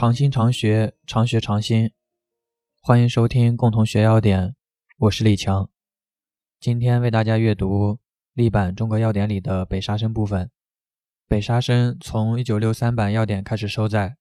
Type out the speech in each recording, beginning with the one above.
常新常学，常学常新。欢迎收听共同学要点，我是李强。今天为大家阅读历版中国要点里的北沙参部分。北沙参从1963版要点开始收载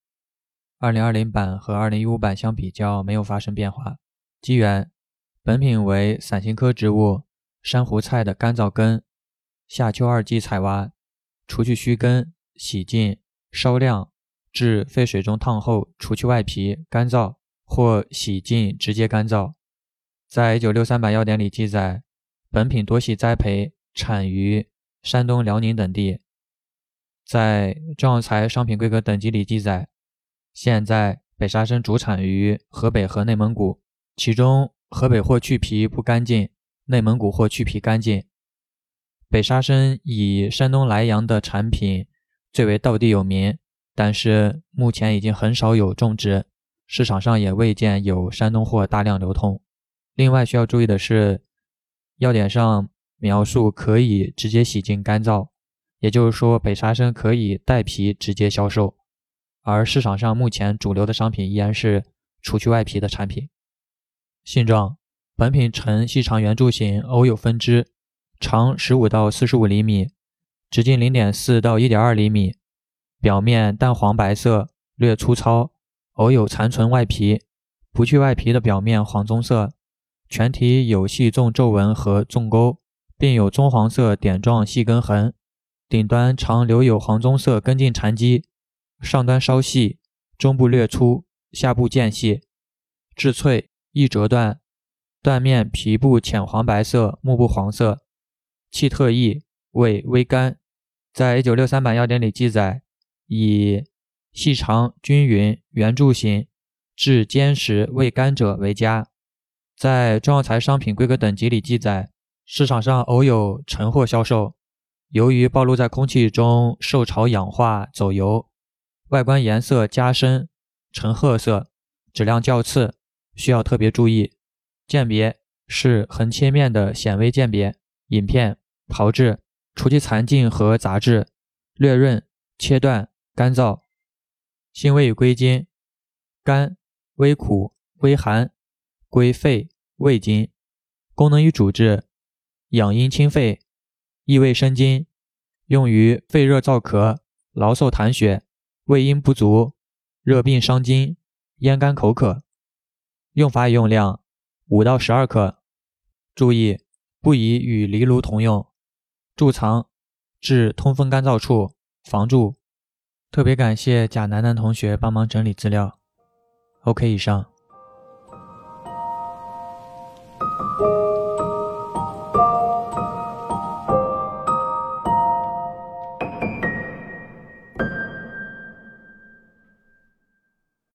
，2020版和2015版相比较没有发生变化。机缘：本品为伞形科植物珊瑚菜的干燥根，夏秋二季采挖，除去须根，洗净，烧晾，至沸水中烫后，除去外皮，干燥，或洗净直接干燥。在1963版要点里记载，本品多系栽培，产于山东、辽宁等地。在中药材商品规格等级里记载，现在北沙参主产于河北和内蒙古，其中河北或去皮不干净，内蒙古或去皮干净。北沙参以山东莱阳的产品最为道地有名，但是目前已经很少有种植，市场上也未见有山东货大量流通。另外需要注意的是，要点上描述可以直接洗净干燥，也就是说北沙参可以带皮直接销售，而市场上目前主流的商品依然是除去外皮的产品。性状：本品呈细长圆柱形，偶有分支，长15到45厘米，直径 0.4 到 1.2 厘米，表面淡黄白色，略粗糙，偶有残存外皮，不去外皮的表面黄棕色，全体有细纵皱纹和纵沟，并有棕黄色点状细根痕，顶端常留有黄棕色根茎缠基，上端稍细，中部略粗，下部渐细，质脆，易折断，断面皮部浅黄白色，幕部黄色，气特异，味微甘。在1963版要点里记载，以细长均匀圆柱形至坚实味甘者为佳。在中药材商品规格等级里记载，市场上偶有陈货销售，由于暴露在空气中受潮氧化走油，外观颜色加深橙褐色，质量较次，需要特别注意。鉴别是横切面的显微鉴别，饮片炮制，除去残茎和杂质，略润，切断，干燥。性味与归经：甘，微苦，微寒，归肺、胃经。功能与主治：养阴清肺，益胃生津，用于肺热燥咳、劳嗽痰血、胃阴不足、热病伤津、咽干口渴。用法与用量5到12克。注意，不宜与藜芦同用。贮藏至通风干燥处，防蛀。特别感谢贾楠楠同学帮忙整理资料。OK， 以上。